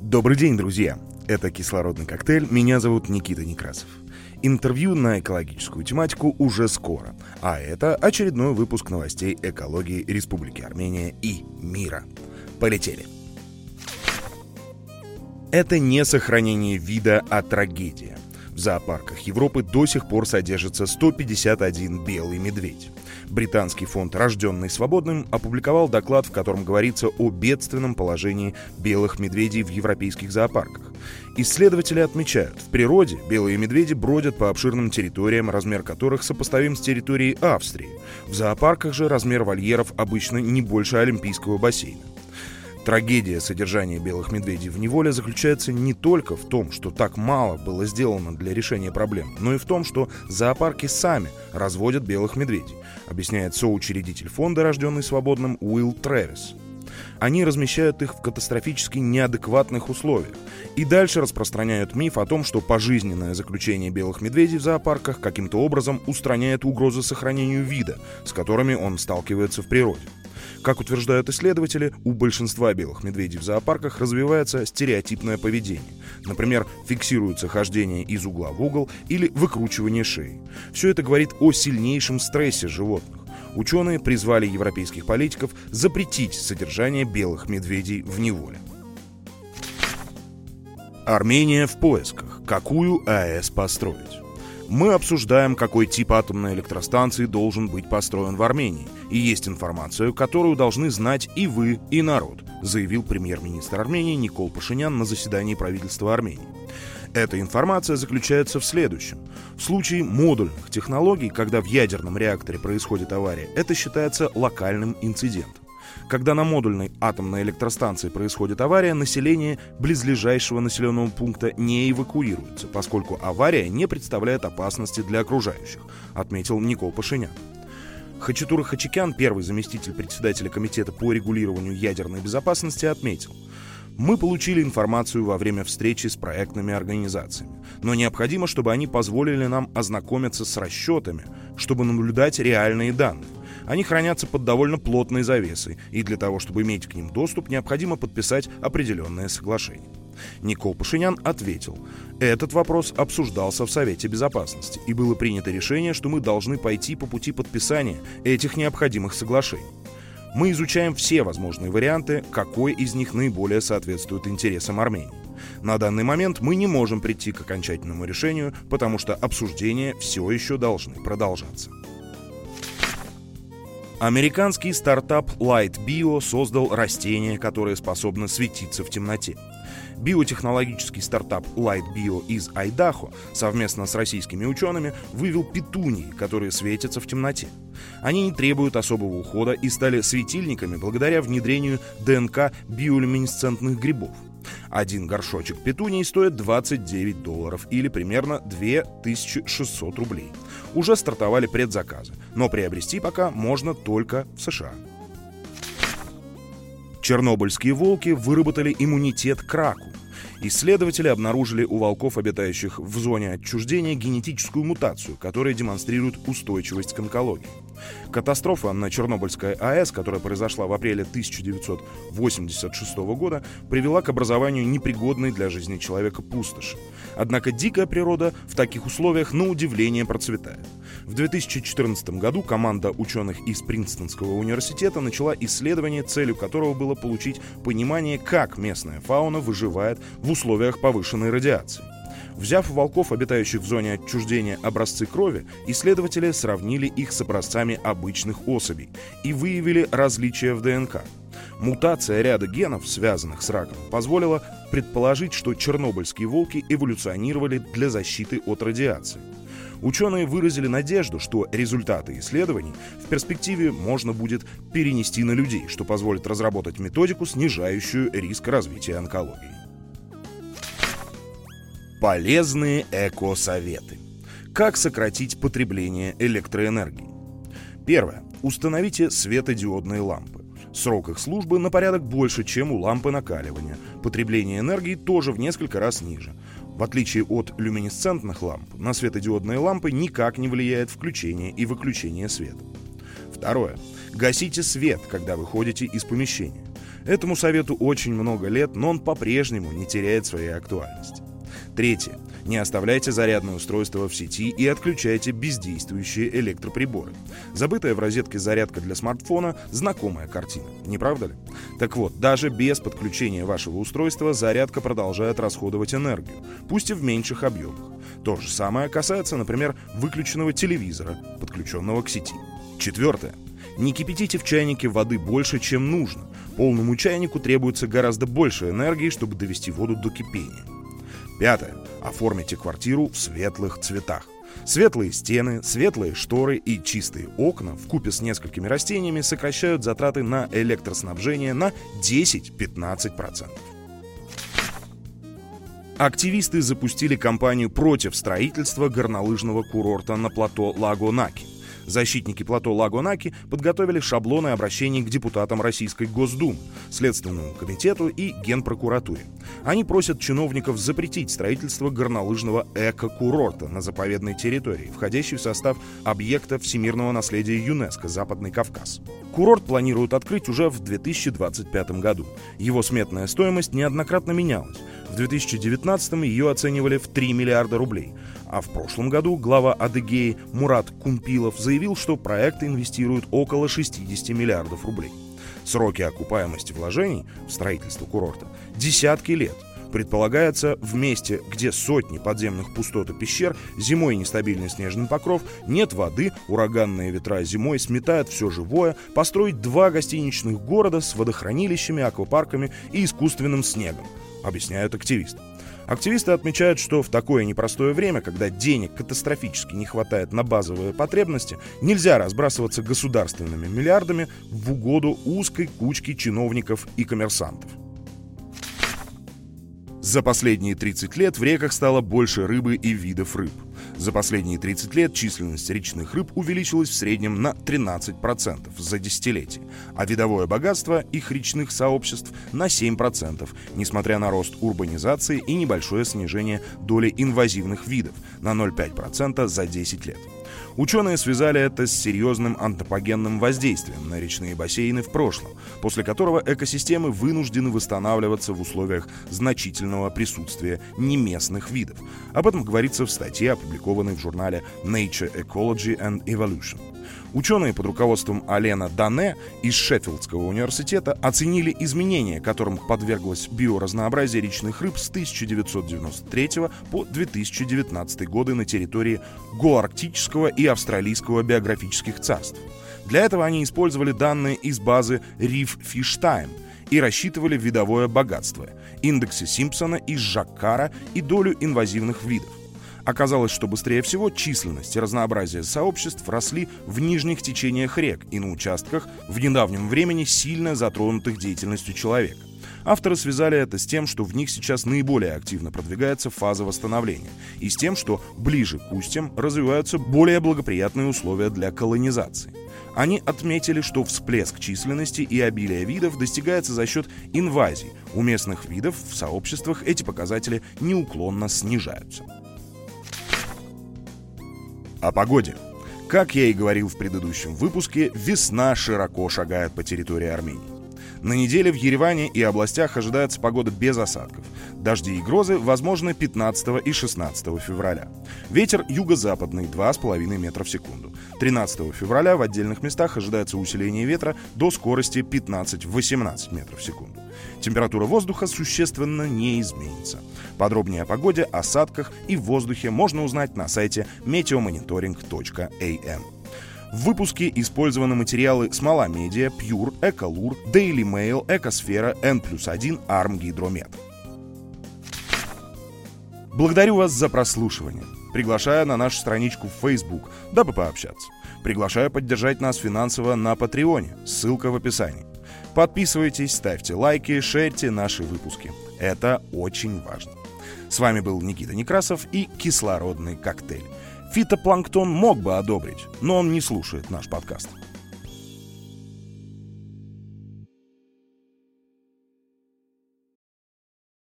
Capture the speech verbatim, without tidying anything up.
Добрый день, друзья! Это «Кислородный коктейль», меня зовут Никита Некрасов. Интервью на экологическую тематику уже скоро, а это очередной выпуск новостей экологии Республики Армения и мира. Полетели! Это не сохранение вида, а трагедия. В зоопарках Европы до сих пор содержится сто пятьдесят один белый медведь. Британский фонд «Рожденный свободным» опубликовал доклад, в котором говорится о бедственном положении белых медведей в европейских зоопарках. Исследователи отмечают, в природе белые медведи бродят по обширным территориям, размер которых сопоставим с территорией Австрии. В зоопарках же размер вольеров обычно не больше Олимпийского бассейна. Трагедия содержания белых медведей в неволе заключается не только в том, что так мало было сделано для решения проблем, но и в том, что зоопарки сами разводят белых медведей, объясняет соучредитель фонда «Рожденный свободным» Уилл Трэвис. Они размещают их в катастрофически неадекватных условиях и дальше распространяют миф о том, что пожизненное заключение белых медведей в зоопарках каким-то образом устраняет угрозы сохранению вида, с которыми он сталкивается в природе. Как утверждают исследователи, у большинства белых медведей в зоопарках развивается стереотипное поведение. Например, фиксируется хождение из угла в угол или выкручивание шеи. Все это говорит о сильнейшем стрессе животных. Ученые призвали европейских политиков запретить содержание белых медведей в неволе. Армения в поисках. Какую АЭС построить? Мы обсуждаем, какой тип атомной электростанции должен быть построен в Армении. И есть информация, которую должны знать и вы, и народ, заявил премьер-министр Армении Никол Пашинян на заседании правительства Армении. Эта информация заключается в следующем. В случае модульных технологий, когда в ядерном реакторе происходит авария, это считается локальным инцидентом. Когда на модульной атомной электростанции происходит авария, население близлежащего населенного пункта не эвакуируется, поскольку авария не представляет опасности для окружающих, отметил Никол Пашинян. Хачатур Хачикян, первый заместитель председателя комитета по регулированию ядерной безопасности, отметил: «Мы получили информацию во время встречи с проектными организациями, но необходимо, чтобы они позволили нам ознакомиться с расчетами, чтобы наблюдать реальные данные. Они хранятся под довольно плотной завесой, и для того, чтобы иметь к ним доступ, необходимо подписать определенное соглашение». Никол Пашинян ответил: «Этот вопрос обсуждался в Совете Безопасности, и было принято решение, что мы должны пойти по пути подписания этих необходимых соглашений. Мы изучаем все возможные варианты, какой из них наиболее соответствует интересам Армении. На данный момент мы не можем прийти к окончательному решению, потому что обсуждения все еще должны продолжаться». Американский стартап Light Bio создал растение, которое способно светиться в темноте. Биотехнологический стартап Light Bio из Айдахо совместно с российскими учеными вывел петунии, которые светятся в темноте. Они не требуют особого ухода и стали светильниками благодаря внедрению ДНК биолюминесцентных грибов. Один горшочек петуний стоит двадцать девять долларов или примерно две тысячи шестьсот рублей. Уже стартовали предзаказы, но приобрести пока можно только в США. Чернобыльские волки выработали иммунитет к раку. Исследователи обнаружили у волков, обитающих в зоне отчуждения, генетическую мутацию, которая демонстрирует устойчивость к онкологии. Катастрофа на Чернобыльской АЭС, которая произошла в апреле тысяча девятьсот восемьдесят шестого года, привела к образованию непригодной для жизни человека пустоши. Однако дикая природа в таких условиях на удивление процветает. В две тысячи четырнадцатом году команда ученых из Принстонского университета начала исследование, целью которого было получить понимание, как местная фауна выживает в условиях повышенной радиации. Взяв у волков, обитающих в зоне отчуждения, образцы крови, исследователи сравнили их с образцами обычных особей и выявили различия в ДНК. Мутация ряда генов, связанных с раком, позволила предположить, что чернобыльские волки эволюционировали для защиты от радиации. Ученые выразили надежду, что результаты исследований в перспективе можно будет перенести на людей, что позволит разработать методику, снижающую риск развития онкологии. Полезные эко-советы. Как сократить потребление электроэнергии? Первое. Установите светодиодные лампы. Срок их службы на порядок больше, чем у лампы накаливания. Потребление энергии тоже в несколько раз ниже. В отличие от люминесцентных ламп, на светодиодные лампы никак не влияет включение и выключение света. Второе. Гасите свет, когда выходите из помещения. Этому совету очень много лет, но он по-прежнему не теряет своей актуальности. Третье. Не оставляйте зарядное устройство в сети и отключайте бездействующие электроприборы. Забытая в розетке зарядка для смартфона – знакомая картина, не правда ли? Так вот, даже без подключения вашего устройства зарядка продолжает расходовать энергию, пусть и в меньших объемах. То же самое касается, например, выключенного телевизора, подключенного к сети. Четвертое. Не кипятите в чайнике воды больше, чем нужно. Полному чайнику требуется гораздо больше энергии, чтобы довести воду до кипения. Пятое. Оформите квартиру в светлых цветах. Светлые стены, светлые шторы и чистые окна вкупе с несколькими растениями сокращают затраты на электроснабжение на десять-пятнадцать процентов. Активисты запустили кампанию против строительства горнолыжного курорта на плато Лаго-Наки. Защитники плато Лаго-Наки подготовили шаблоны обращений к депутатам Российской Госдумы, Следственному комитету и Генпрокуратуре. Они просят чиновников запретить строительство горнолыжного эко-курорта на заповедной территории, входящей в состав объекта всемирного наследия ЮНЕСКО «Западный Кавказ». Курорт планируют открыть уже в две тысячи двадцать пятом году. Его сметная стоимость неоднократно менялась. В две тысячи девятнадцатом ее оценивали в три миллиарда рублей. А в прошлом году глава Адыгеи Мурат Кумпилов заявил, что проект инвестирует около шестьдесят миллиардов рублей. Сроки окупаемости вложений в строительство курорта – десятки лет. Предполагается, в месте, где сотни подземных пустот и пещер, зимой нестабильный снежный покров, нет воды, ураганные ветра зимой сметают все живое, построить два гостиничных города с водохранилищами, аквапарками и искусственным снегом, объясняют активисты. Активисты отмечают, что в такое непростое время, когда денег катастрофически не хватает на базовые потребности, нельзя разбрасываться государственными миллиардами в угоду узкой кучки чиновников и коммерсантов. За последние тридцать лет в реках стало больше рыбы и видов рыб. За последние тридцать лет численность речных рыб увеличилась в среднем на тринадцать процентов за десятилетие, а видовое богатство их речных сообществ на семь процентов, несмотря на рост урбанизации и небольшое снижение доли инвазивных видов на ноль целых пять десятых процента за десять лет. Ученые связали это с серьезным антропогенным воздействием на речные бассейны в прошлом, после которого экосистемы вынуждены восстанавливаться в условиях значительного присутствия неместных видов. Об этом говорится в статье, опубликованной в журнале Nature Ecology and Evolution. Ученые под руководством Алена Дане из Шеффилдского университета оценили изменения, которым подверглось биоразнообразие речных рыб с тысяча девятьсот девяносто третьего по две тысячи девятнадцатый годы на территории Голарктического и Австралийского биографических царств. Для этого они использовали данные из базы Reef Fish Time и рассчитывали видовое богатство, индексы Симпсона и Жаккара и долю инвазивных видов. Оказалось, что быстрее всего численность и разнообразие сообществ росли в нижних течениях рек и на участках, в недавнем времени сильно затронутых деятельностью человека. Авторы связали это с тем, что в них сейчас наиболее активно продвигается фаза восстановления, и с тем, что ближе к устьям развиваются более благоприятные условия для колонизации. Они отметили, что всплеск численности и обилия видов достигается за счет инвазий. У местных видов в сообществах эти показатели неуклонно снижаются. О погоде. Как я и говорил в предыдущем выпуске, весна широко шагает по территории Армении. На неделе в Ереване и областях ожидается погода без осадков. Дожди и грозы возможны пятнадцатого и шестнадцатого февраля. Ветер юго-западный два с половиной метра в секунду. тринадцатого февраля в отдельных местах ожидается усиление ветра до скорости пятнадцать-восемнадцать метров в секунду. Температура воздуха существенно не изменится. Подробнее о погоде, осадках и воздухе можно узнать на сайте метеомониторинг точка эй эм. В выпуске использованы материалы Смола Медиа, Pure, Эколур, Daily Mail, Экосфера, Н плюс один, Армгидромет. Благодарю вас за прослушивание. Приглашаю на нашу страничку в Facebook, дабы пообщаться. Приглашаю поддержать нас финансово на Патреоне, ссылка в описании. Подписывайтесь, ставьте лайки, шерьте наши выпуски. Это очень важно. С вами был Никита Некрасов и кислородный коктейль. Фитопланктон мог бы одобрить, но он не слушает наш подкаст.